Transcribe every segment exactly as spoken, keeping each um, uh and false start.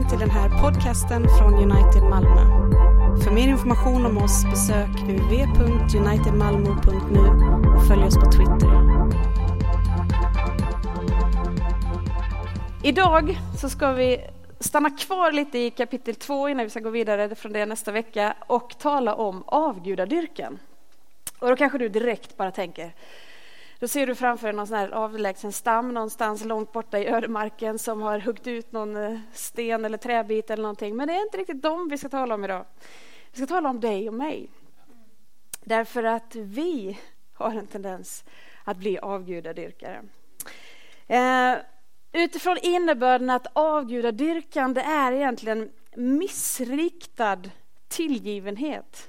välkommen till den här podcasten från United Malmö. För mer information om oss besök w w w punkt united malmo punkt n u och följ oss på Twitter. Idag så ska vi stanna kvar lite i kapitel två innan vi ska gå vidare från det nästa vecka och tala om avgudadyrkan. Och då kanske du direkt bara tänker, då ser du framför dig någon sån här avlägsen stam någonstans långt borta i ödemarken som har huggt ut någon sten eller träbit eller någonting. Men det är inte riktigt dem vi ska tala om idag. Vi ska tala om dig och mig. Därför att vi har en tendens att bli avgudadyrkare. Eh, utifrån innebörden att avgudadyrkan, det är egentligen missriktad tillgivenhet,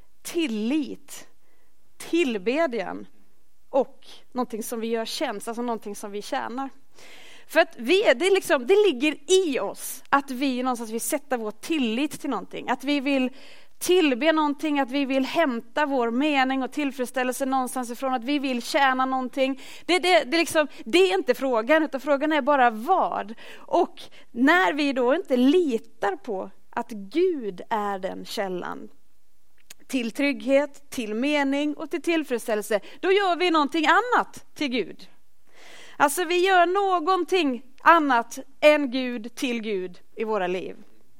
tillit, tillbedjan och någonting som vi gör tjänst, alltså någonting som vi tjänar. För att vi, det, är liksom, det ligger i oss att vi någonstans vill sätta vår tillit till någonting. Att vi vill tillbe någonting, att vi vill hämta vår mening och tillfredsställelse någonstans ifrån, att vi vill tjäna någonting. Det, det, det, liksom, det är inte frågan, utan frågan är bara vad. Och när vi då inte litar på att Gud är den källan till trygghet, till mening och till tillfredsställelse, då gör vi någonting annat till Gud. Alltså vi gör någonting annat än Gud till Gud i våra liv.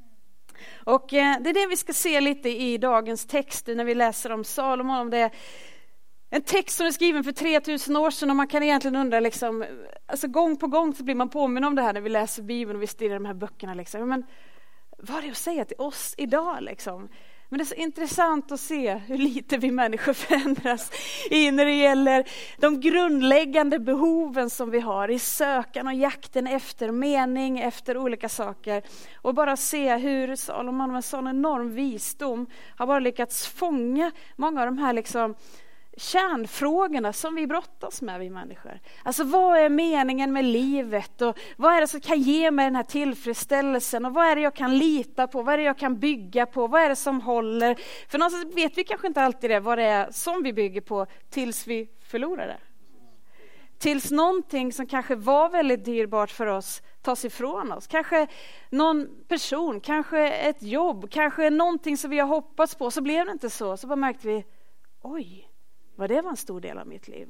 Och eh, det är det vi ska se lite i dagens text när vi läser om Salomon. Om det är en text som är skriven för tre tusen år sedan och man kan egentligen undra liksom, alltså gång på gång så blir man påminn om det här när vi läser Bibeln och vi studerar de här böckerna liksom. Men vad är det att säga till oss idag liksom? Men det är så intressant att se hur lite vi människor förändras i när det gäller de grundläggande behoven som vi har i sökan och jakten efter mening, efter olika saker. Och bara se hur Salomon med sån enorm visdom har bara lyckats fånga många av de här liksom kärnfrågorna som vi brottas med, vi människor. Alltså vad är meningen med livet och vad är det som kan ge mig den här tillfredsställelsen och vad är det jag kan lita på, vad är det jag kan bygga på, vad är det som håller? För någonstans vet vi kanske inte alltid det, vad det är som vi bygger på tills vi förlorar det. Tills någonting som kanske var väldigt dyrbart för oss tas ifrån oss. Kanske någon person, kanske ett jobb, kanske någonting som vi har hoppats på, så blev det inte så. Så bara märkte vi, oj, vad det var en stor del av mitt liv.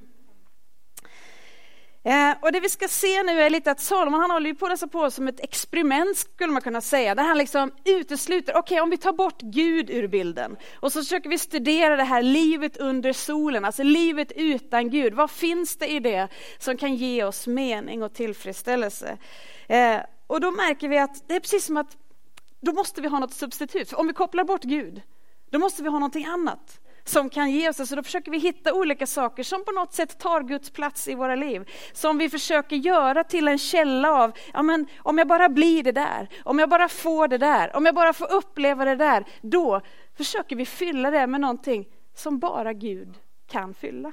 Eh, och det vi ska se nu är lite att Salomon, han håller ju på dessa på som ett experiment skulle man kunna säga. Där han liksom utesluter, okej okay, om vi tar bort Gud ur bilden. Och så försöker vi studera det här livet under solen. Alltså livet utan Gud. Vad finns det i det som kan ge oss mening och tillfredsställelse? Eh, och då märker vi att det är precis som att då måste vi ha något substitut. För om vi kopplar bort Gud, då måste vi ha någonting annat som kan ge oss. Så då försöker vi hitta olika saker som på något sätt tar Guds plats i våra liv. Som vi försöker göra till en källa av, ja men om jag bara blir det där, om jag bara får det där, om jag bara får uppleva det där, då försöker vi fylla det med någonting som bara Gud kan fylla.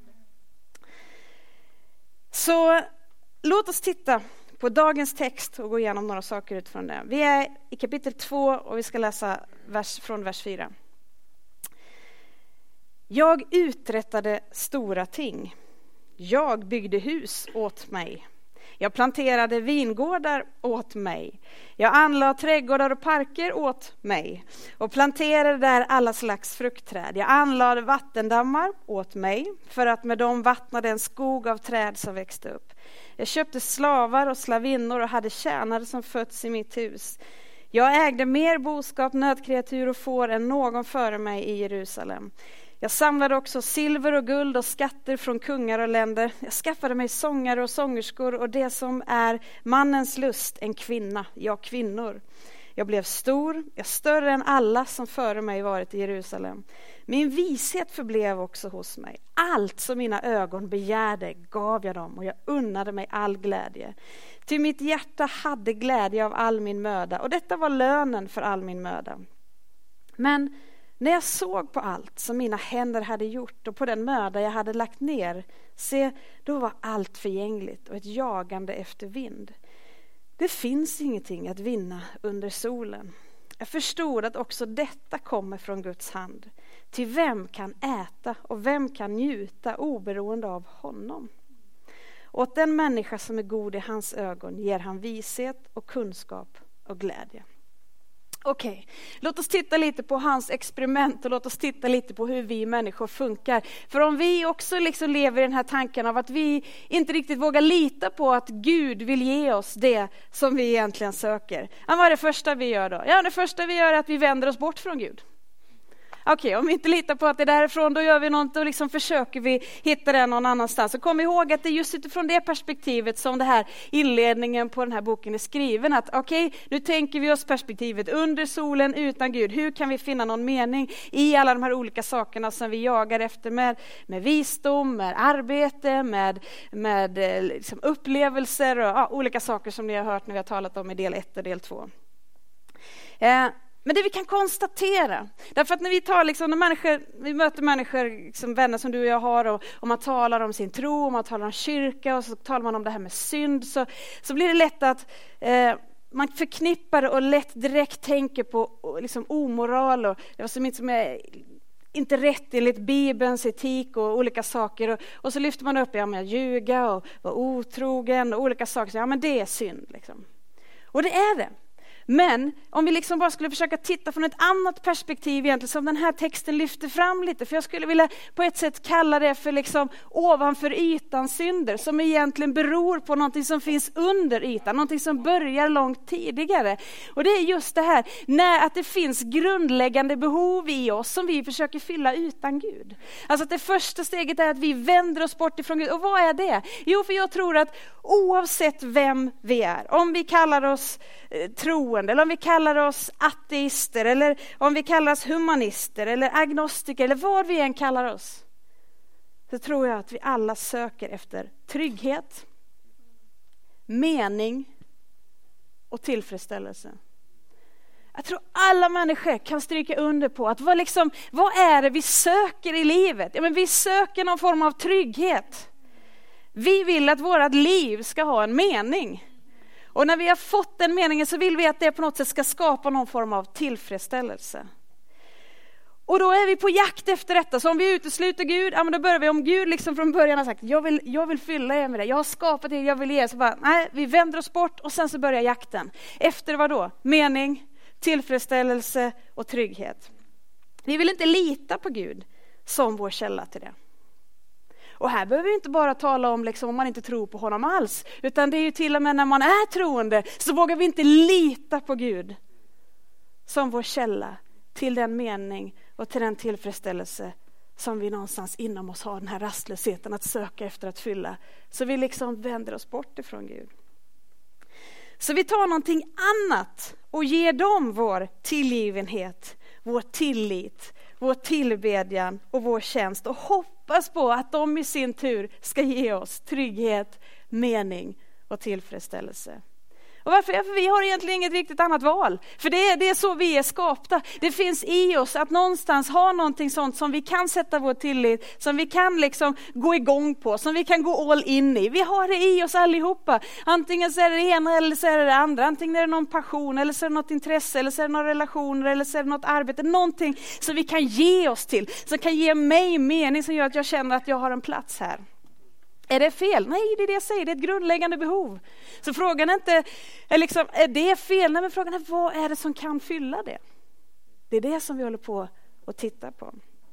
Så låt oss titta på dagens text och gå igenom några saker utifrån det. Vi är i kapitel två och vi ska läsa vers, från vers fyra. Jag uträttade stora ting. Jag byggde hus åt mig. Jag planterade vingårdar åt mig. Jag anlade trädgårdar och parker åt mig. Och planterade där alla slags fruktträd. Jag anlade vattendammar åt mig. För att med dem vattnade en skog av träd som växte upp. Jag köpte slavar och slavinnor och hade tjänare som fötts i mitt hus. Jag ägde mer boskap, nötkreatur och får än någon före mig i Jerusalem. Jag samlade också silver och guld och skatter från kungar och länder. Jag skaffade mig sångare och sångerskor och det som är mannens lust, en kvinna, ja kvinnor. Jag blev stor, jag större än alla som före mig varit i Jerusalem. Min vishet förblev också hos mig. Allt som mina ögon begärde gav jag dem och jag unnade mig all glädje. Till mitt hjärta hade glädje av all min möda och detta var lönen för all min möda. Men när jag såg på allt som mina händer hade gjort och på den möda jag hade lagt ner, se, då var allt förgängligt och ett jagande efter vind. Det finns ingenting att vinna under solen. Jag förstod att också detta kommer från Guds hand. Till vem kan äta och vem kan njuta oberoende av honom? Åt den människa som är god i hans ögon ger han vishet och kunskap och glädje. Okej, okay. Låt oss titta lite på hans experiment och låt oss titta lite på hur vi människor funkar. För om vi också liksom lever i den här tanken av att vi inte riktigt vågar lita på att Gud vill ge oss det som vi egentligen söker. Ja, vad är det första vi gör då? Ja, det första vi gör är att vi vänder oss bort från Gud. Okej, okay, om vi inte litar på att det är därifrån, då gör vi något och liksom försöker vi hitta det någon annanstans. Så kom ihåg att det är just utifrån det perspektivet som det här inledningen på den här boken är skriven. Att okej, okay, nu tänker vi oss perspektivet under solen utan Gud. Hur kan vi finna någon mening i alla de här olika sakerna som vi jagar efter med, med visdom, med arbete, med, med liksom upplevelser och ja, olika saker som ni har hört när vi har talat om i del ett och del två. Eh, Men det vi kan konstatera, därför att när vi, tar liksom, när människor, vi möter människor, liksom vänner som du och jag har, och, och man talar om sin tro, och man talar om kyrka, och så talar man om det här med synd, så, så blir det lätt att eh, man förknippar och lätt direkt tänker på liksom, omoral och det som inte som är inte rätt enligt Bibelns etik och olika saker. Och, och så lyfter man upp, ja men ljuga och vara otrogen och olika saker, så, ja men det är synd liksom. Och det är det. Men om vi liksom bara skulle försöka titta från ett annat perspektiv egentligen, som den här texten lyfter fram lite, för jag skulle vilja på ett sätt kalla det för liksom ovanför ytan synder, som egentligen beror på någonting som finns under ytan, någonting som börjar långt tidigare. Och det är just det här, när att det finns grundläggande behov i oss som vi försöker fylla utan Gud. Alltså att det första steget är att vi vänder oss bort ifrån Gud. Och vad är det? Jo, för jag tror att oavsett vem vi är, om vi kallar oss eh, tro, eller om vi kallar oss ateister, eller om vi kallar oss humanister eller agnostiker, eller vad vi än kallar oss, så tror jag att vi alla söker efter trygghet, mening och tillfredsställelse. Jag tror alla människor kan stryka under på att vad, liksom, vad är det vi söker i livet? Ja, men vi söker någon form av trygghet. Vi vill att vårt liv ska ha en mening. Och när vi har fått den meningen så vill vi att det på något sätt ska skapa någon form av tillfredsställelse. Och då är vi på jakt efter detta. Så om vi utesluter Gud, ja men då börjar vi, om Gud liksom från början har sagt, jag vill, jag vill fylla er med det. Jag har skapat det, jag vill ge. Så bara, nej, vi vänder oss bort och sen så börjar jakten. Efter vad då? Mening, tillfredsställelse och trygghet. Vi vill inte lita på Gud som vår källa till det. Och här behöver vi inte bara tala om liksom, om man inte tror på honom alls. Utan det är ju till och med när man är troende så vågar vi inte lita på Gud som vår källa till den mening och till den tillfredsställelse som vi någonstans inom oss har, den här rastlösheten att söka efter att fylla. Så vi liksom vänder oss bort ifrån Gud. Så vi tar någonting annat och ger dem vår tillgivenhet, vår tillit, vår tillbedjan och vår tjänst och hoppas på att de i sin tur ska ge oss trygghet, mening och tillfredsställelse. Och varför? Ja, för vi har egentligen inget riktigt annat val. För det är, det är så vi är skapta. Det finns i oss att någonstans ha någonting sånt som vi kan sätta vår tillit, som vi kan liksom gå igång på, som vi kan gå all in i. Vi har det i oss allihopa. Antingen så är det det ena eller så är det det andra. Antingen är det någon passion eller så är det något intresse eller så är det några relationer eller så är det något arbete. Någonting som vi kan ge oss till, som kan ge mig mening, som gör att jag känner att jag har en plats här. Är det fel? Nej, det är det jag säger. Det är ett grundläggande behov. Så frågan är inte, är, liksom, är det fel? Nej, men frågan är, vad är det som kan fylla det? Det är det som vi håller på att titta på.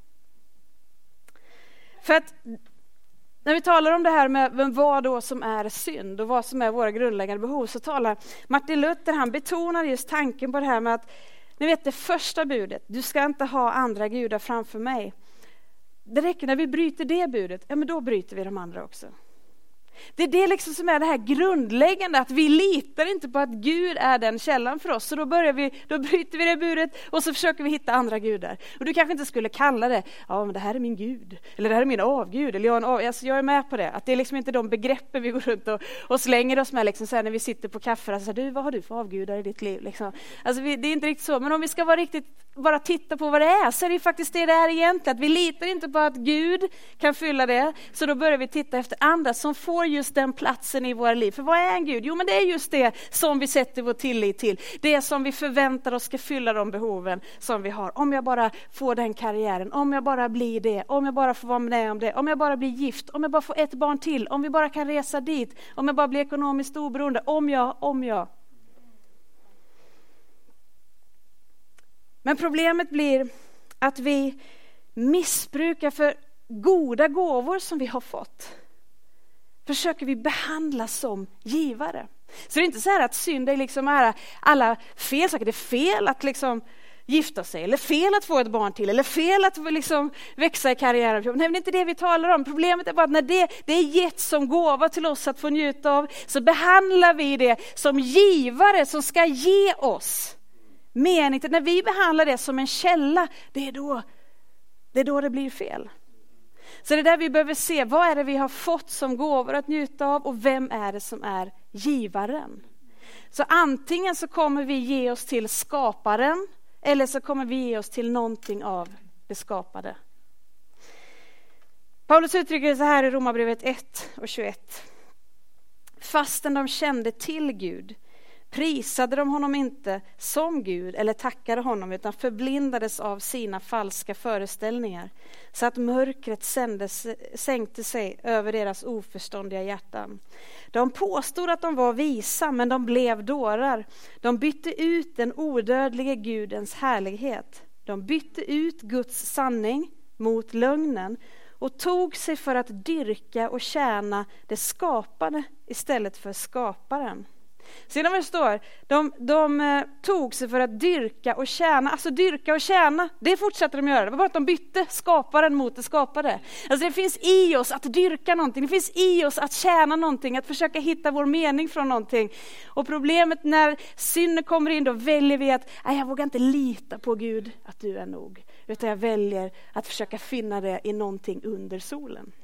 För att när vi talar om det här med vad då som är synd och vad som är våra grundläggande behov, så talar Martin Luther, han betonar just tanken på det här med att, ni vet det första budet, du ska inte ha andra gudar framför mig. Det räcker när vi bryter det budet, ja men då bryter vi de andra också. Det är det liksom som är det här grundläggande, att vi litar inte på att Gud är den källan för oss. Så då börjar vi, då bryter vi det budet och så försöker vi hitta andra gudar. Och du kanske inte skulle kalla det, ja men det här är min Gud, eller det här är min avgud, eller jag är, en av, alltså jag är med på det. Att det är liksom inte de begreppen vi går runt och, och slänger oss med liksom så här när vi sitter på kaffe. Alltså, du, vad har du för avgudar i ditt liv? Liksom. Alltså vi, det är inte riktigt så, men om vi ska vara riktigt, bara titta på vad det är, så är det faktiskt det det är egentligen. Att vi litar inte på att Gud kan fylla det, så då börjar vi titta efter andra som får just den platsen i våra liv. För vad är en Gud? Jo, men det är just det som vi sätter vår tillit till. Det som vi förväntar oss ska fylla de behoven som vi har. Om jag bara får den karriären, om jag bara blir det, om jag bara får vara med om det, om jag bara blir gift, om jag bara får ett barn till, om vi bara kan resa dit, om jag bara blir ekonomiskt oberoende, om jag, om jag. Men problemet blir att vi missbrukar för goda gåvor som vi har fått. Försöker vi behandla som givare. Så det är inte så här att synd är liksom är alla fel saker. Det är fel att liksom gifta sig, eller fel att få ett barn till, eller fel att liksom växa i karriären. Nej, men det är inte det vi talar om. Problemet är bara att när det, det är gett som gåva till oss att få njuta av, så behandlar vi det som givare som ska ge oss mening. När vi behandlar det som en källa, det är då det, är då det blir fel. Så det är där vi behöver se, vad är det vi har fått som gåvor att njuta av, och vem är det som är givaren? Så antingen så kommer vi ge oss till skaparen, eller så kommer vi ge oss till någonting av det skapade. Paulus uttrycker det så här i Romarbrevet ett och tjugoett. Fastän de kände till Gud prisade de honom inte som Gud eller tackade honom, utan förblindades av sina falska föreställningar, så att mörkret sändes, sänkte sig över deras oförståndiga hjärtan. De påstod att de var visa, men de blev dårar. De bytte ut den odödlige Gudens härlighet. De bytte ut Guds sanning mot lögnen och tog sig för att dyrka och tjäna det skapade istället för skaparen. Sedan vad det står, de, de tog sig för att dyrka och tjäna, alltså dyrka och tjäna, det fortsätter de göra. Det var bara att de bytte skaparen mot det skapade. Alltså det finns i oss att dyrka någonting, det finns i oss att tjäna någonting, att försöka hitta vår mening från någonting. Och problemet när synden kommer in, då väljer vi att, nej, jag vågar inte lita på Gud att du är nog, utan jag väljer att försöka finna det i någonting under solen.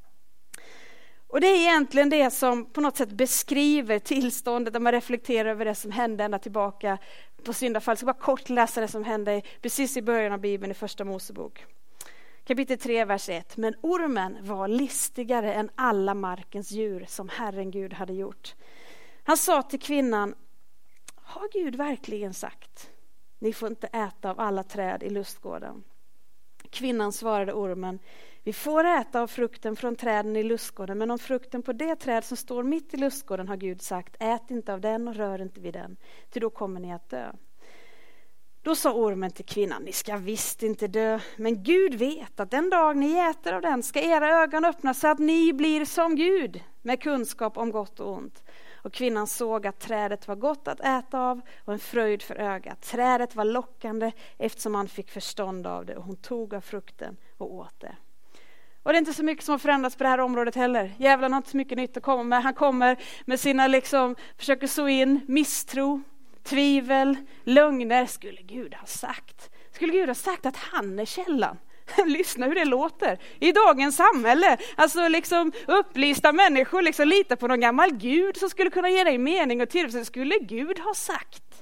Och det är egentligen det som på något sätt beskriver tillståndet när man reflekterar över det som hände ända tillbaka på syndafall. Jag ska bara kort läsa det som hände precis i början av Bibeln i första Mosebok. Kapitel tre, vers ett. Men ormen var listigare än alla markens djur som Herren Gud hade gjort. Han sa till kvinnan, har Gud verkligen sagt, ni får inte äta av alla träd i lustgården? Kvinnan svarade ormen, vi får äta av frukten från träden i lustgården, men om frukten på det träd som står mitt i lustgården har Gud sagt, ät inte av den och rör inte vid den, till då kommer ni att dö. Då sa ormen till kvinnan, ni ska visst inte dö, men Gud vet att den dag ni äter av den ska era ögon öppnas så att ni blir som Gud, med kunskap om gott och ont. Och kvinnan såg att trädet var gott att äta av och en fröjd för ögat. Trädet var lockande eftersom man fick förstånd av det, och hon tog av frukten och åt det. Och det är inte så mycket som har förändrats på det här området heller. Djävulen har inte så mycket nytt att komma med. Han kommer med sina liksom, försöker så in misstro, tvivel, lögner. Skulle Gud ha sagt? Skulle Gud ha sagt att han är källan? Lyssna hur det låter. I dagens samhälle, alltså liksom upplysta människor liksom litar på någon gammal Gud som skulle kunna ge dig mening och tillfredsställelse. Skulle Gud ha sagt?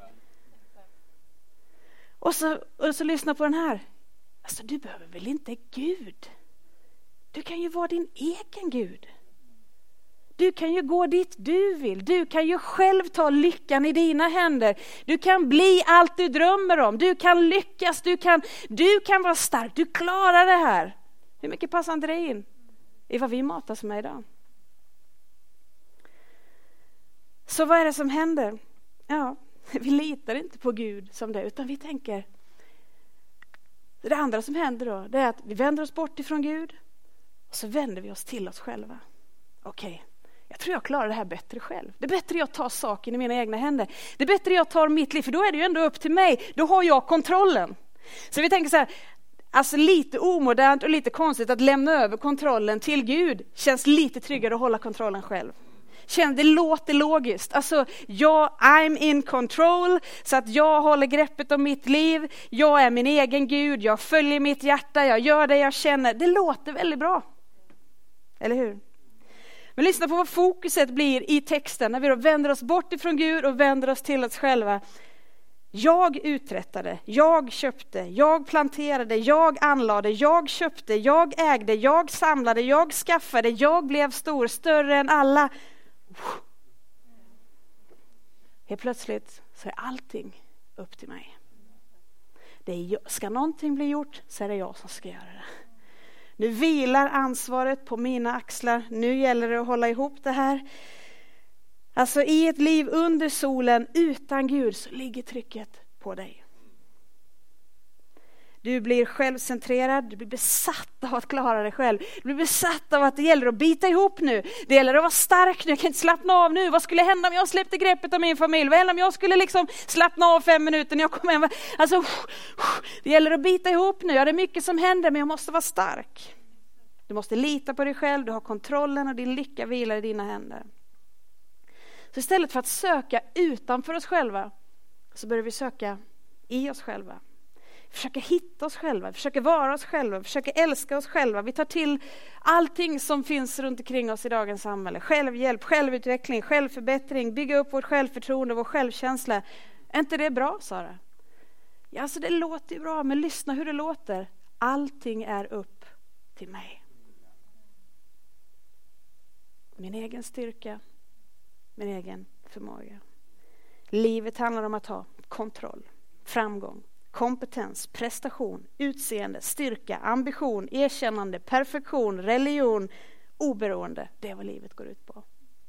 Och så, och så lyssna på den här. Alltså du behöver väl inte Gud? Du kan ju vara din egen Gud. Du kan ju gå dit du vill. Du kan ju själv ta lyckan i dina händer. Du kan bli allt du drömmer om. Du kan lyckas. Du kan, du kan vara stark. Du klarar det här. Hur mycket passar inte det in i vad vi matas med idag? Så vad är det som händer? Ja, vi litar inte på Gud som det, utan vi tänker. Det andra som händer då, det är att vi vänder oss bort ifrån Gud. Och så vänder vi oss till oss själva. Okej, okay, jag tror jag klarar det här bättre själv. Det är bättre jag tar saken i mina egna händer. Det är bättre jag tar mitt liv, för då är det ju ändå upp till mig. Då har jag kontrollen. Så vi tänker så här, alltså lite omodernt och lite konstigt att lämna över kontrollen till Gud. Känns lite tryggare att hålla kontrollen själv. Känns, det låter logiskt. Alltså, jag, I'm in control, så att jag håller greppet om mitt liv. Jag är min egen Gud, jag följer mitt hjärta, jag gör det jag känner. Det låter väldigt bra. Eller hur? Men lyssna på vad fokuset blir i texten när vi då vänder oss bort ifrån Gud och vänder oss till oss själva. Jag uträttade, jag köpte, jag planterade, jag anlade, jag köpte, jag ägde, jag samlade, jag skaffade, jag blev stor, större än alla. Helt plötsligt så är allting upp till mig. Det är jag, ska någonting bli gjort så är det jag som ska göra det. Nu vilar ansvaret på mina axlar. Nu gäller det att hålla ihop det här. Alltså i ett liv under solen utan Gud så ligger trycket på dig. Du blir självcentrerad, du blir besatt av att klara dig själv. Du blir besatt av att det gäller att bita ihop nu. Det gäller att vara stark nu, jag kan inte slappna av nu. Vad skulle hända om jag släppte greppet av min familj? Vad händer om jag skulle liksom slappna av fem minuter när jag kommer hem? Alltså, det gäller att bita ihop nu. Ja, det är mycket som händer, men jag måste vara stark. Du måste lita på dig själv, du har kontrollen och din lycka vilar i dina händer. Så istället för att söka utanför oss själva så börjar vi söka i oss själva. Vi försöker hitta oss själva, vi försöker vara oss själva, vi försöker älska oss själva. Vi tar till allting som finns runt omkring oss i dagens samhälle. Självhjälp, självutveckling, självförbättring, bygga upp vårt självförtroende, vår självkänsla. Är inte det bra, Sara? Ja, alltså det låter ju bra, men lyssna hur det låter. Allting är upp till mig. Min egen styrka, min egen förmåga. Livet handlar om att ha kontroll, framgång, kompetens, prestation, utseende, styrka, ambition, erkännande, perfektion, religion, oberoende. Det är vad livet går ut på.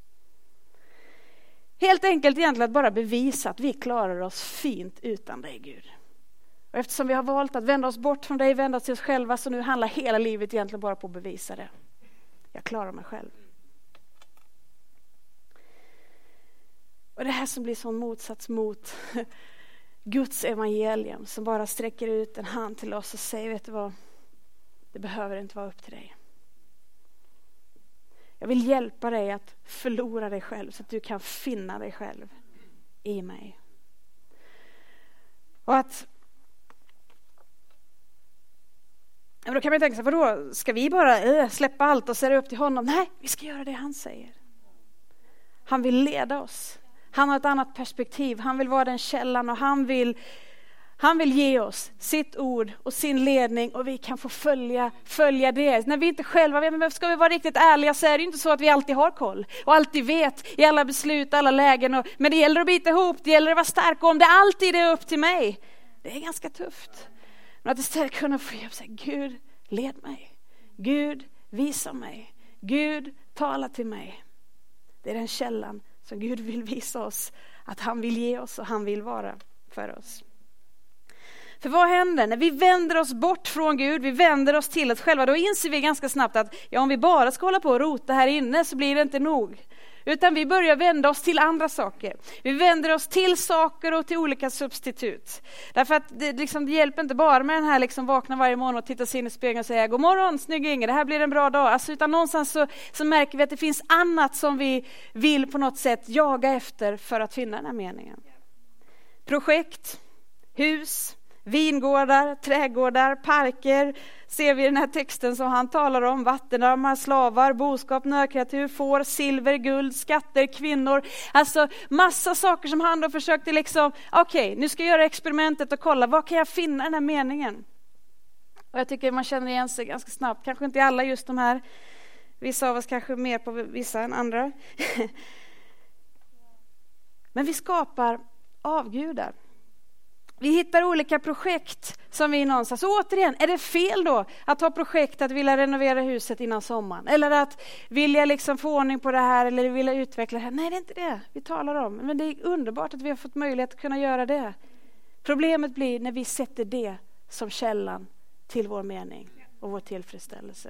Helt enkelt egentligen att bara bevisa att vi klarar oss fint utan dig, Gud. Och eftersom vi har valt att vända oss bort från dig, vända oss till oss själva, så nu handlar hela livet egentligen bara på att bevisa det. Jag klarar mig själv. Och det här som blir sån motsats mot Guds evangelium, som bara sträcker ut en hand till oss och säger, vet du vad? Det behöver inte vara upp till dig. Jag vill hjälpa dig att förlora dig själv så att du kan finna dig själv i mig. Och att ja, då kan man tänka sig, vadå? Ska vi bara äh, släppa allt och säga upp till honom? Nej, vi ska göra det han säger. Han vill leda oss. Han har ett annat perspektiv. Han vill vara den källan och han vill, han vill ge oss sitt ord och sin ledning och vi kan få följa, följa det. När vi inte själva, men ska vi vara riktigt ärliga så är det inte så att vi alltid har koll och alltid vet i alla beslut, alla lägen. Och, men det gäller att bita ihop, det gäller att vara stark och om det alltid är upp till mig, det är ganska tufft. Men att istället kunna få hjälp säga, Gud led mig, Gud visa mig, Gud tala till mig. Det är den källan som Gud vill visa oss att han vill ge oss och han vill vara för oss. För vad händer när vi vänder oss bort från Gud, vi vänder oss till oss själva, då inser vi ganska snabbt att ja, om vi bara ska hålla på och rota här inne så blir det inte nog. Utan vi börjar vända oss till andra saker. Vi vänder oss till saker och till olika substitut. Därför att det, liksom, det hjälper inte bara med den här liksom, vakna varje morgon och titta sig in i spegeln och säga god morgon snygg Inge, det här blir en bra dag. Alltså, utan någonstans så, så märker vi att det finns annat som vi vill på något sätt jaga efter för att finna den här meningen. Projekt, hus, vingårdar, trädgårdar, parker, ser vi den här texten som han talar om, vattendammar, slavar, boskap, nötkreatur, får, silver, guld, skatter, kvinnor. Alltså massa saker som han då försökte liksom, okej, okay, nu ska jag göra experimentet och kolla, vad kan jag finna den här meningen? Och jag tycker man känner igen sig ganska snabbt, kanske inte alla just de här, vissa av oss kanske mer på vissa än andra. Men vi skapar avgudar. Vi hittar olika projekt som vi någonstans. Så återigen, är det fel då att ha projekt att vilja renovera huset innan sommaren? Eller att vilja liksom få ordning på det här eller vilja utveckla det här? Nej, det är inte det vi talar om. Men det är underbart att vi har fått möjlighet att kunna göra det. Problemet blir när vi sätter det som källan till vår mening och vår tillfredsställelse.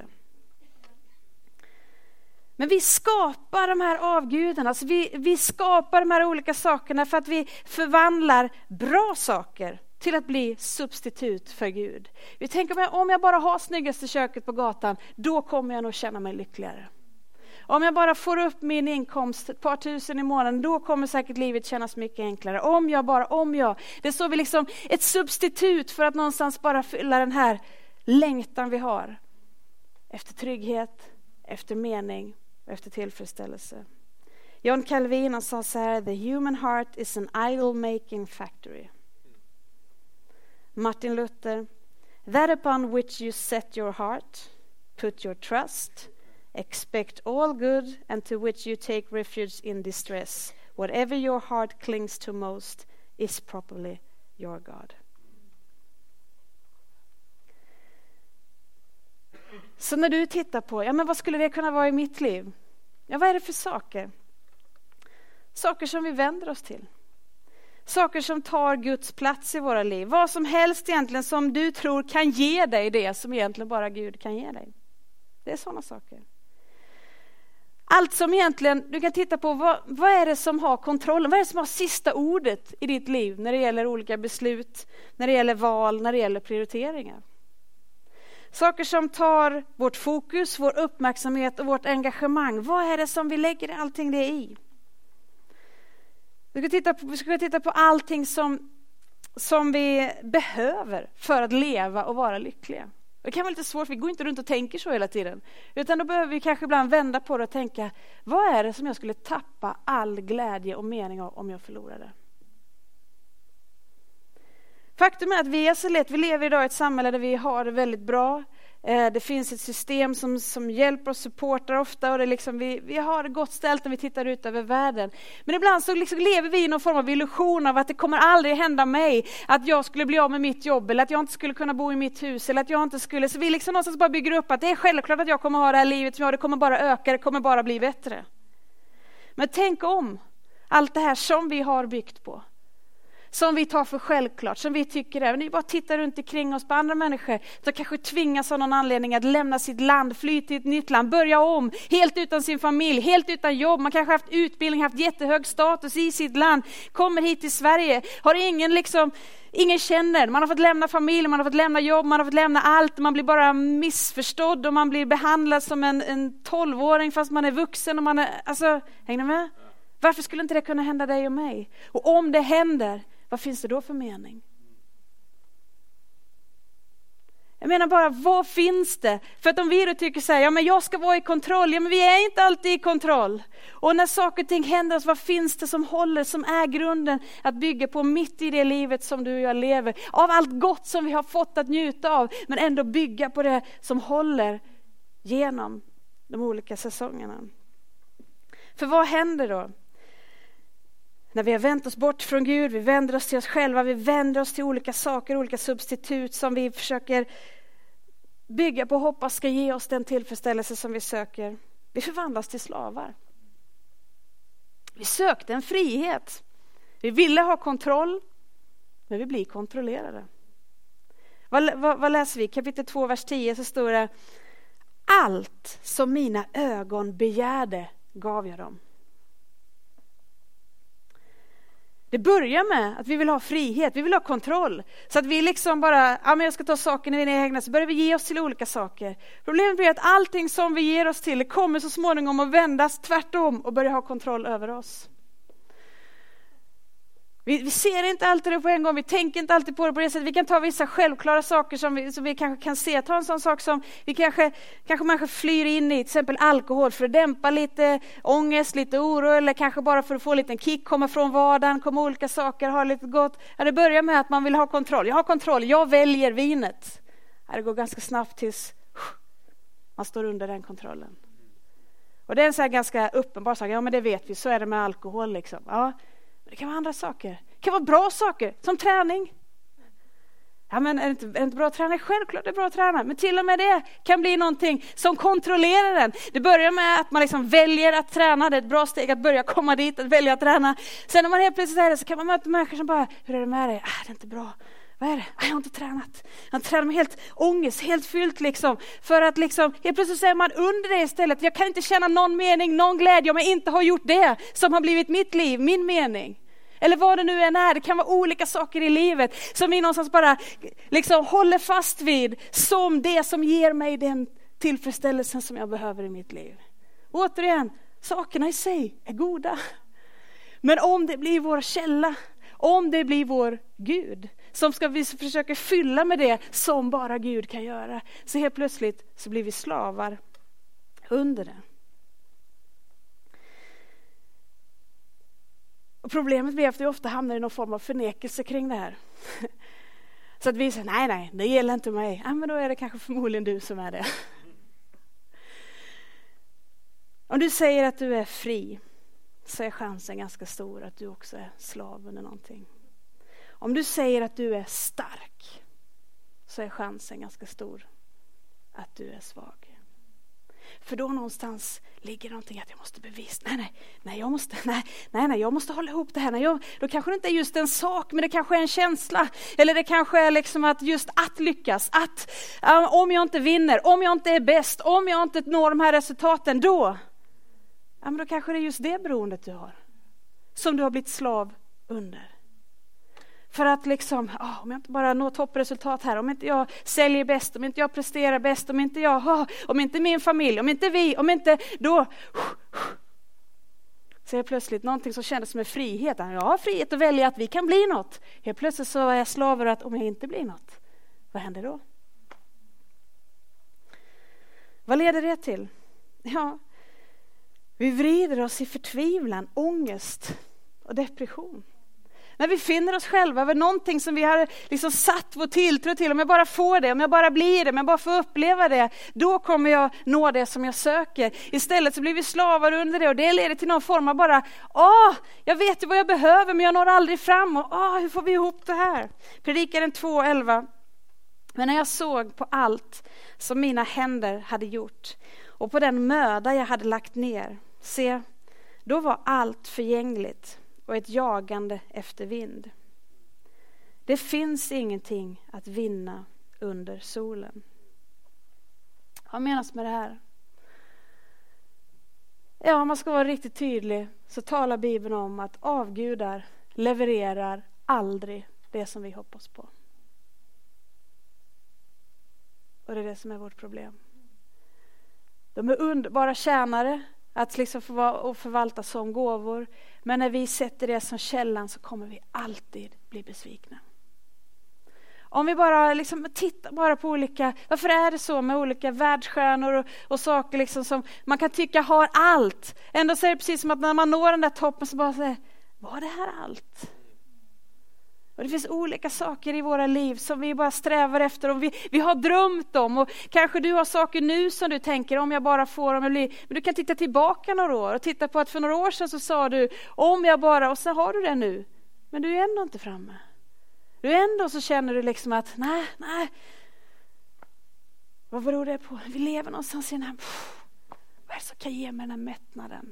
Men vi skapar de här avgudarna, alltså vi, vi skapar de här olika sakerna för att vi förvandlar bra saker till att bli substitut för Gud. Vi tänker, om jag bara har snyggaste köket på gatan, då kommer jag nog känna mig lyckligare. Om jag bara får upp min inkomst ett par tusen i månaden, då kommer säkert livet kännas mycket enklare. Om jag bara, om jag. Det är så vi liksom ett substitut för att någonstans bara fylla den här längtan vi har. Efter trygghet, efter mening. Efter tillfredsställelse. John Calvin han sa så här: the human heart is an idol making factory. Martin Luther: that upon which you set your heart, put your trust, expect all good, and to which you take refuge in distress, whatever your heart clings to most is properly your God. Så när du tittar på, ja men vad skulle det kunna vara i mitt liv? Ja, vad är det för saker? Saker som vi vänder oss till. Saker som tar Guds plats i våra liv. Vad som helst egentligen som du tror kan ge dig det som egentligen bara Gud kan ge dig. Det är sådana saker. Allt som egentligen, du kan titta på vad, vad är det som har kontrollen? Vad är det som har sista ordet i ditt liv när det gäller olika beslut, när det gäller val, när det gäller prioriteringar? Saker som tar vårt fokus, vår uppmärksamhet och vårt engagemang. Vad är det som vi lägger allting det i? Vi ska titta på, vi ska titta på allting som, som vi behöver för att leva och vara lyckliga. Det kan vara lite svårt, vi går inte runt och tänker så hela tiden. Utan då behöver vi kanske ibland vända på det och tänka, vad är det som jag skulle tappa all glädje och mening av om jag förlorade? Faktum är att vi är så lätt, vi lever idag i ett samhälle där vi har det väldigt bra. Det finns ett system som, som hjälper och supportar ofta. Och det liksom, vi, vi har det gott ställt när vi tittar ut över världen. Men ibland så liksom lever vi i någon form av illusion av att det kommer aldrig hända mig. Att jag skulle bli av med mitt jobb. Eller att jag inte skulle kunna bo i mitt hus. Eller att jag inte skulle... Så vi liksom någonstans bara bygger upp att det är självklart att jag kommer ha det här livet som jag har. Det kommer bara öka, det kommer bara bli bättre. Men tänk om allt det här som vi har byggt på. Som vi tar för självklart, som vi tycker är. Ni bara tittar runt omkring oss på andra människor som kanske tvingas av någon anledning att lämna sitt land, fly till ett nytt land, börja om, helt utan sin familj, helt utan jobb. Man kanske har haft utbildning, haft jättehög status i sitt land, kommer hit till Sverige, har ingen liksom, ingen känner. Man har fått lämna familj, man har fått lämna jobb, man har fått lämna allt. Man blir bara missförstådd och man blir behandlad som en, en tolvåring fast man är vuxen. Och man är, alltså, hänger ni med? Varför skulle inte det kunna hända dig och mig? Och om det händer, vad finns det då för mening? Jag menar bara, vad finns det? För att om vi då tycker så här, ja men jag ska vara i kontroll. Ja men vi är inte alltid i kontroll. Och när saker och ting händer, vad finns det som håller, som är grunden att bygga på mitt i det livet som du och jag lever? Av allt gott som vi har fått att njuta av, men ändå bygga på det som håller genom de olika säsongerna. För vad händer då? När vi har vänt oss bort från Gud, vi vänder oss till oss själva, vi vänder oss till olika saker, olika substitut som vi försöker bygga på och hoppas ska ge oss den tillfredsställelse som vi söker. Vi förvandlas till slavar. Vi sökte en frihet. Vi ville ha kontroll, men vi blir kontrollerade. Vad, vad, vad läser vi? Kapitel två, vers tio så står det: allt som mina ögon begärde gav jag dem. Det börjar med att vi vill ha frihet, vi vill ha kontroll. Så att vi liksom bara, ja men jag ska ta sakerna i mina egna, så börjar vi ge oss till olika saker. Problemet är att allting som vi ger oss till kommer så småningom att vändas tvärtom och börja ha kontroll över oss. Vi, vi ser inte alltid det på en gång, vi tänker inte alltid på det på det sättet. Vi kan ta vissa självklara saker som vi, som vi kanske kan se. Ta en sån sak som vi kanske, kanske människor flyr in i, till exempel alkohol, för att dämpa lite ångest, lite oro, eller kanske bara för att få en liten kick, komma från vardagen, komma olika saker, ha lite gott. Ja, det börjar med att man vill ha kontroll. Jag har kontroll, jag väljer vinet. Ja, det går ganska snabbt tills man står under den kontrollen. Och det är en så här ganska uppenbar sak. Ja, men det vet vi, så är det med alkohol liksom. Ja. Det kan vara andra saker. Det kan vara bra saker, som träning. Ja, men är det inte, är det inte bra att träna? Självklart det är bra att träna. Men till och med det kan bli någonting som kontrollerar den. Det börjar med att man liksom väljer att träna. Det är ett bra steg att börja komma dit, att välja att träna. Sen när man helt plötsligt är det så kan man möta människor som bara, hur är det med dig? Ah, det är inte bra. Vad är det? Ah, jag har inte tränat. Jag tränar med helt ångest, helt fyllt liksom. För att liksom, helt plötsligt säger man under det istället. Jag kan inte känna någon mening, någon glädje om jag inte har gjort det som har blivit mitt liv, min mening. Eller vad det nu än är, det kan vara olika saker i livet som vi någonstans bara liksom håller fast vid som det som ger mig den tillfredsställelsen som jag behöver i mitt liv. Återigen, sakerna i sig är goda. Men om det blir vår källa, om det blir vår Gud, som ska vi försöka fylla med det som bara Gud kan göra, så helt plötsligt så blir vi slavar under det. Och problemet blir att vi ofta hamnar i någon form av förnekelse kring det här. Så att vi säger, nej, nej, det gäller inte mig. Ja, men då är det kanske förmodligen du som är det. Om du säger att du är fri, så är chansen ganska stor att du också är slav under någonting. Om du säger att du är stark, så är chansen ganska stor att du är svag. För då någonstans ligger någonting att jag måste bevisa. Nej, nej, nej, jag måste, nej, nej, nej, jag måste hålla ihop det här. Nej, jag, då kanske det inte är just en sak, men det kanske är en känsla. Eller det kanske är liksom att just att lyckas. Att um, om jag inte vinner, om jag inte är bäst, om jag inte når de här resultaten, då, ja, men då kanske det är just det beroendet du har. Som du har blivit slav under. För att liksom, oh, om jag inte bara når toppresultat här, om inte jag säljer bäst, om inte jag presterar bäst, om inte jag, oh, om inte min familj, om inte vi, om inte då. Så är det plötsligt någonting som kändes som en frihet. Jag har frihet att välja att vi kan bli något. Helt plötsligt så är jag slav att om jag inte blir något, vad händer då? Vad leder det till? Ja, vi vrider oss i förtvivlan, ångest och depression. När vi finner oss själva över någonting som vi har liksom satt vår tilltro till. Om jag bara får det, om jag bara blir det, om jag bara får uppleva det, då kommer jag nå det som jag söker. Istället så blir vi slavar under det och det leder till någon form av bara, åh, jag vet ju vad jag behöver men jag når aldrig fram. Och åh, hur får vi ihop det här? Predikaren två elva. Men när jag såg på allt som mina händer hade gjort och på den möda jag hade lagt ner, se, då var allt förgängligt och ett jagande efter vind. Det finns ingenting att vinna under solen. Vad menas med det här? Ja, om man ska vara riktigt tydlig så talar Bibeln om att avgudar levererar aldrig det som vi hoppas på. Och det är det som är vårt problem. De är underbara tjänare att liksom få vara och förvalta som gåvor. Men när vi sätter det som källan så kommer vi alltid bli besvikna. Om vi bara liksom tittar bara på olika, varför är det så med olika världsstjärnor och, och saker liksom som man kan tycka har allt. Ändå så är det precis som att när man når den där toppen så bara säger, var det här allt? Och det finns olika saker i våra liv som vi bara strävar efter och vi, vi har drömt om. Och kanske du har saker nu som du tänker, om jag bara får, om jag blir. Men du kan titta tillbaka några år och titta på att för några år sedan så sa du, om jag bara, och så har du det nu. Men du är ändå inte framme. Du är ändå så känner du liksom att, nej, nej. Vad beror det på? Vi lever någonstans i den här, pff, vad är det som kan ge mig den här mättnaden?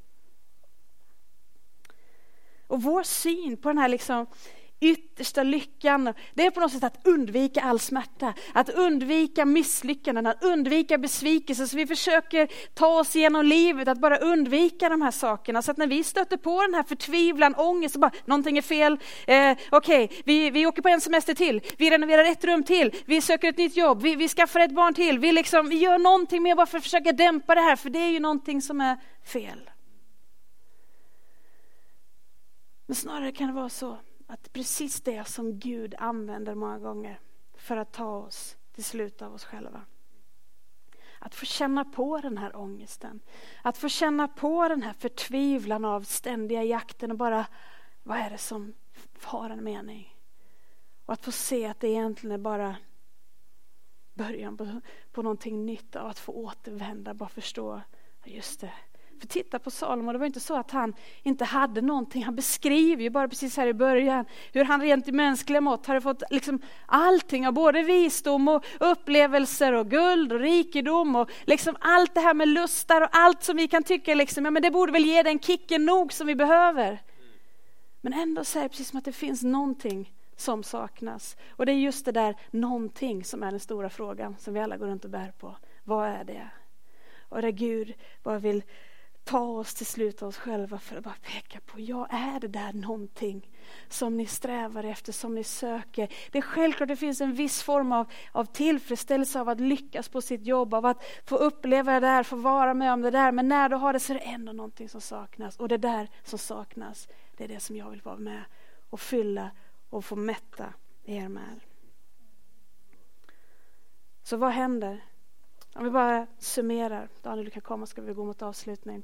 Och vår syn på den här liksom yttersta lyckan, det är på något sätt att undvika all smärta, att undvika misslyckanden, att undvika besvikelse. Så vi försöker ta oss igenom livet, att bara undvika de här sakerna. Så att när vi stöter på den här förtvivlan, ångest, så bara, någonting är fel. Eh, Okej, okay, vi, vi åker på en semester till, vi renoverar ett rum till, vi söker ett nytt jobb, vi, vi skaffar ett barn till, vi, liksom, vi gör någonting mer bara för att försöka dämpa det här, för det är ju någonting som är fel. Men snarare kan det vara så att precis det som Gud använder många gånger för att ta oss till slut av oss själva. Att få känna på den här ångesten. Att få känna på den här förtvivlan av ständiga jakten och bara, vad är det som har en mening? Och att få se att det egentligen är bara början på, på någonting nytt och att få återvända, bara förstå, just det. För titta på Salomo, det var inte så att han inte hade någonting. Han beskriver ju bara precis här i början hur han rent i mänskliga mått hade fått liksom allting av både visdom och upplevelser och guld och rikedom och liksom allt det här med lustar och allt som vi kan tycka liksom, ja men det borde väl ge den kicken nog som vi behöver. Men ändå säger det precis som att det finns någonting som saknas. Och det är just det där någonting som är den stora frågan som vi alla går runt och bär på. Vad är det? Och där Gud bara vill ta oss till slut av oss själva för att bara peka på, ja, är det där någonting som ni strävar efter, som ni söker? Det är självklart det finns en viss form av, av tillfredsställelse av att lyckas på sitt jobb, av att få uppleva det där, få vara med om det där. Men när du har det så är det ändå någonting som saknas. Och det där som saknas, det är det som jag vill vara med och fylla och få mätta er med. Så vad händer? Om vi bara summerar. Daniel, du kan komma, ska vi gå mot avslutning.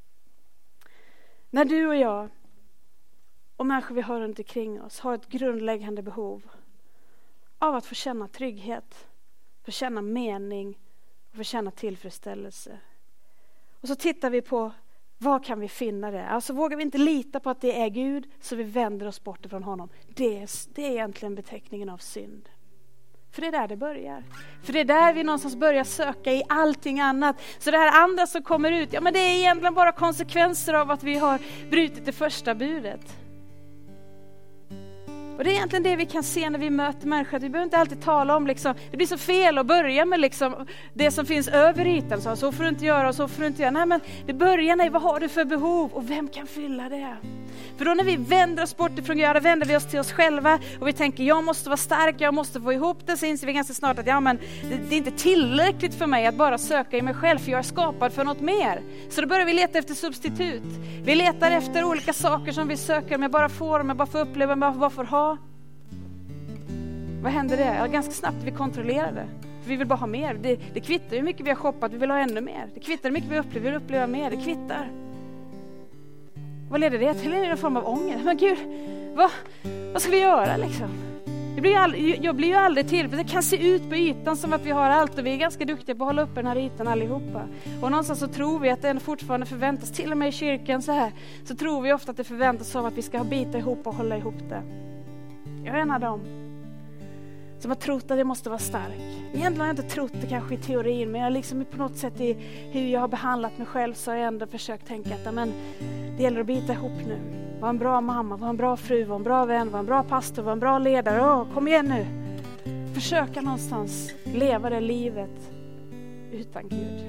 När du och jag och människor vi har runt omkring oss har ett grundläggande behov av att få känna trygghet, få känna mening och få känna tillfredsställelse. Och så tittar vi på, var kan vi finna det? Alltså vågar vi inte lita på att det är Gud, så vi vänder oss bort ifrån honom. Det är, det är egentligen beteckningen av synd. För det är där det börjar. För det är där vi någonstans börjar söka i allting annat. Så det här andra som kommer ut, ja men det är egentligen bara konsekvenser av att vi har brutit det första budet. Och det är egentligen det vi kan se när vi möter människor. Att vi behöver inte alltid tala om, liksom, det blir så fel att börja med liksom, det som finns över ytan. Så, så får du inte göra och så får du inte göra. Nej, men det börjar med vad har du för behov och vem kan fylla det? För då när vi vänder oss bort ifrån Gud, då vänder vi oss till oss själva och vi tänker jag måste vara stark, jag måste få ihop det. Så inser vi ganska snart att ja, men det, det är inte tillräckligt för mig att bara söka i mig själv, för jag är skapad för något mer. Så då börjar vi leta efter substitut. Vi letar efter olika saker som vi söker, men bara får, men bara får uppleva, men bara får ha. Vad händer det? Ja, ganska snabbt vi kontrollerar det. För vi vill bara ha mer. Det, det kvittar hur mycket vi har shoppat, vi vill ha ännu mer. Det kvittar hur mycket vi upplever, vi vill uppleva mer. Det kvittar. Vad leder det till? En form av ångest. Men Gud, vad, vad ska vi göra liksom? Det blir all, jag blir ju aldrig till. För det kan se ut på ytan som att vi har allt. Och vi är ganska duktiga på att hålla upp den här ytan allihopa. Och någonstans så tror vi att det fortfarande förväntas, till och med i kyrkan så här. Så tror vi ofta att det förväntas av att vi ska bita ihop och hålla ihop det. Jag är en av dem som har trott att det måste vara stark. Egentligen har jag inte trott det kanske i teorin, men jag liksom på något sätt i hur jag har behandlat mig själv så har jag ändå försökt tänka att men, det gäller att bita ihop nu. Var en bra mamma, var en bra fru, var en bra vän, var en bra pastor, var en bra ledare. Åh, kom igen nu. Försöka någonstans leva det livet utan Gud.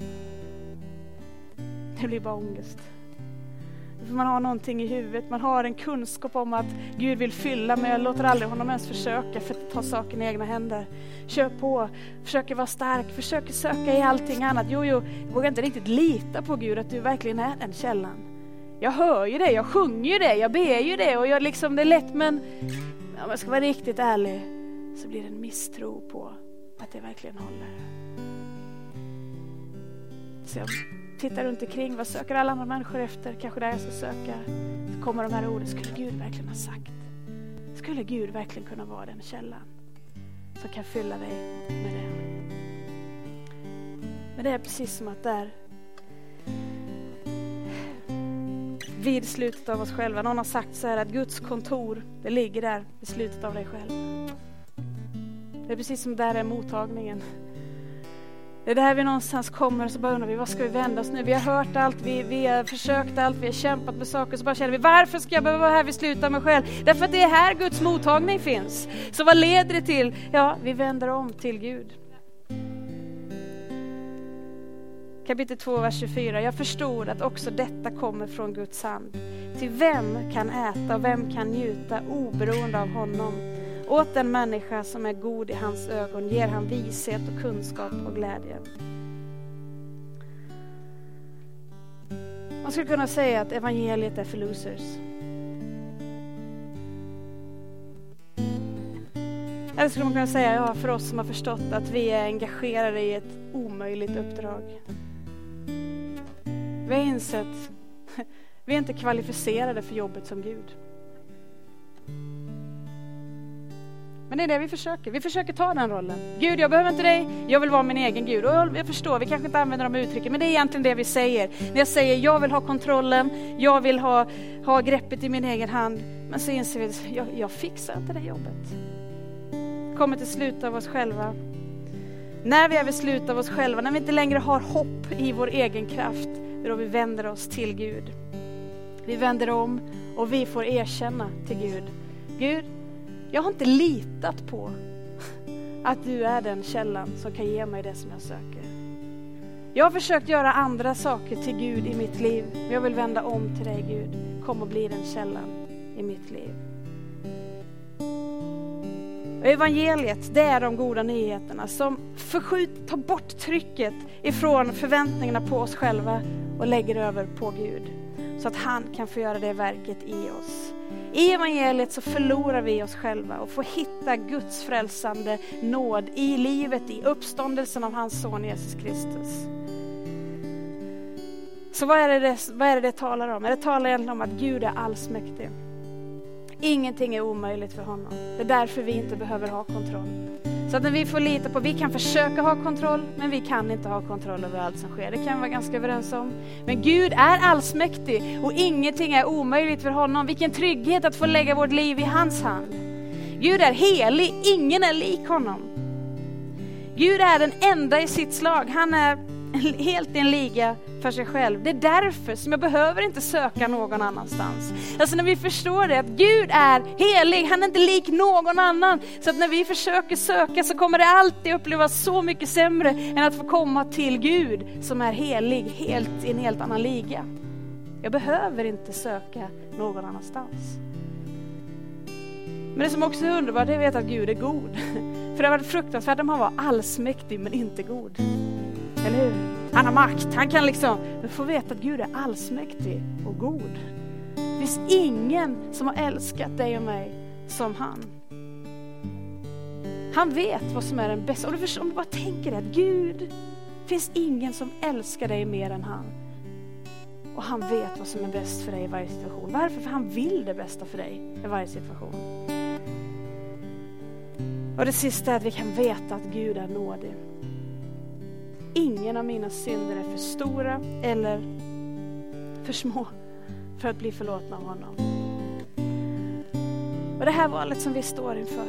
Det blir bara ångest. För man har någonting i huvudet, man har en kunskap om att Gud vill fylla, men jag låter aldrig honom ens försöka för att ta saken i egna händer. Kör på, försöker vara stark, försöker söka i allting annat. Jo, jo, jag vågar inte riktigt lita på Gud att du verkligen är den källan. Jag hör ju det, jag sjunger ju det, jag ber ju det och jag liksom, det är lätt, men om jag ska vara riktigt ärlig så blir det en misstro på att det verkligen håller. Så jag tittar runt omkring, vad söker alla andra människor efter? Kanske där jag ska söka. Så kommer de här orden, skulle Gud verkligen ha sagt? Skulle Gud verkligen kunna vara den källan som kan fylla dig med det? Men det är precis som att där vid slutet av oss själva, någon har sagt så här att Guds kontor, det ligger där vid slutet av dig själv. Det är precis som där är mottagningen. Det är där vi någonstans kommer och så bara undrar vi, vad ska vi vända oss nu? Vi har hört allt, vi, vi har försökt allt, vi har kämpat med saker, så bara känner vi, varför ska jag behöva vara här vid slutet av mig själv? Därför att det är här Guds mottagning finns. Så vad leder det till? Ja, vi vänder om till Gud. Kapitel två, vers tjugofyra. Jag förstod att också detta kommer från Guds hand. Till vem kan äta och vem kan njuta oberoende av honom? Åt den människa som är god i hans ögon ger han vishet och kunskap och glädje. Man skulle kunna säga att evangeliet är för losers. Eller skulle man kunna säga, ja, för oss som har förstått att vi är engagerade i ett omöjligt uppdrag. Vi har insett att vi är inte kvalificerade för jobbet som Gud. Men det är det vi försöker. Vi försöker ta den rollen. Gud, jag behöver inte dig. Jag vill vara min egen Gud. Och jag förstår, vi kanske inte använder de uttrycken. Men det är egentligen det vi säger. När jag säger, jag vill ha kontrollen. Jag vill ha, ha greppet i min egen hand. Men så inser vi, jag, jag fixar inte det jobbet. Kommer till slut av oss själva. När vi är vid slut av oss själva. När vi inte längre har hopp i vår egen kraft. Det är då vi vänder oss till Gud. Vi vänder om och vi får erkänna till Gud. Gud, jag har inte litat på att du är den källan som kan ge mig det som jag söker. Jag har försökt göra andra saker till Gud i mitt liv. Men jag vill vända om till dig, Gud. Kom och bli den källan i mitt liv. Och evangeliet, det är de goda nyheterna som förskjuter, tar bort trycket ifrån förväntningarna på oss själva och lägger över på Gud. Så att han kan få göra det verket i oss. I evangeliet så förlorar vi oss själva och får hitta Guds frälsande nåd i livet, i uppståndelsen av hans son Jesus Kristus. Så vad är det det, vad är det, det talar om? Det talar egentligen om att Gud är allsmäktig. Ingenting är omöjligt för honom. Det är därför vi inte behöver ha kontroll. Så att när vi får lita på, vi kan försöka ha kontroll, men vi kan inte ha kontroll över allt som sker. Det kan vi vara ganska överens om. Men Gud är allsmäktig och ingenting är omöjligt för honom. Vilken trygghet att få lägga vårt liv i hans hand. Gud är helig, ingen är lik honom. Gud är den enda i sitt slag. Han är helt i en liga för sig själv. Det är därför som jag behöver inte söka någon annanstans. Alltså när vi förstår det, att Gud är helig, han är inte lik någon annan. Så att när vi försöker söka så kommer det alltid upplevas så mycket sämre än att få komma till Gud som är helig, helt i en helt annan liga. Jag behöver inte söka någon annanstans. Men det som också är underbart är att veta att Gud är god. För det har varit fruktansvärt om han var allsmäktig men inte god. Eller hur? Han har makt, han kan liksom, du får veta att Gud är allsmäktig och god. Det finns ingen som har älskat dig och mig som han. Han vet vad som är den bästa. Om du, förstår, om du bara tänker det, att Gud, finns ingen som älskar dig mer än han. Och han vet vad som är bäst för dig i varje situation. Varför? För han vill det bästa för dig i varje situation. Och det sista är att vi kan veta att Gud är nådig. Ingen av mina synder är för stora eller för små för att bli förlåtna av honom. Och det här valet som vi står inför,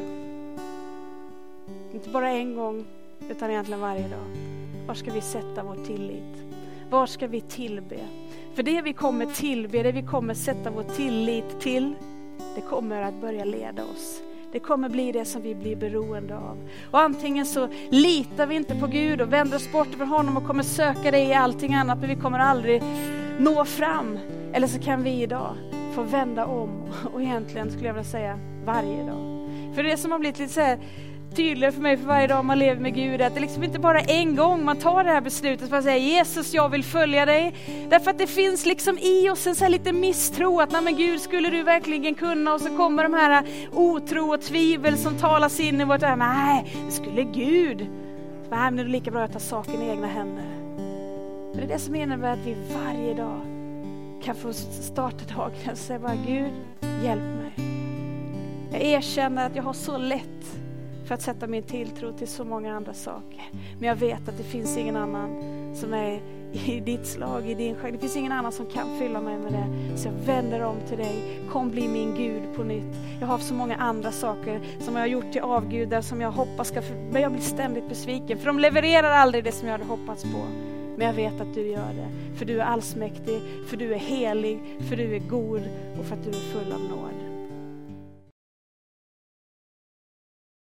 inte bara en gång utan egentligen varje dag. Var ska vi sätta vår tillit? Var ska vi tillbe? För det vi kommer tillbe, det vi kommer sätta vår tillit till, det kommer att börja leda oss. Det kommer bli det som vi blir beroende av. Och antingen så litar vi inte på Gud och vänder oss bort från honom och kommer söka det i allting annat, men vi kommer aldrig nå fram. Eller så kan vi idag få vända om, och egentligen skulle jag vilja säga varje dag. För det som har blivit lite så här tydligare för mig för varje dag man lever med Gud, är att det liksom inte bara en gång man tar det här beslutet för att säga Jesus, jag vill följa dig. Därför att det finns liksom i oss en så här lite misstro att nej men Gud, skulle du verkligen kunna? Och så kommer de här otro och tvivel som talas in i vårt öra. Nej, det skulle Gud. Nej, men det är lika bra att ta saken i egna händer. Men det är det som innebär att vi varje dag kan få starta dagen och säga bara, Gud, hjälp mig. Jag erkänner att jag har så lätt för att sätta min tilltro till så många andra saker. Men jag vet att det finns ingen annan som är i ditt slag, i din själ. Det finns ingen annan som kan fylla mig med det. Så jag vänder om till dig. Kom bli min Gud på nytt. Jag har så många andra saker som jag har gjort till avgudar som jag hoppas ska... För... Men jag blir ständigt besviken. För de levererar aldrig det som jag hade hoppats på. Men jag vet att du gör det. För du är allsmäktig. För du är helig. För du är god. Och för att du är full av nåd.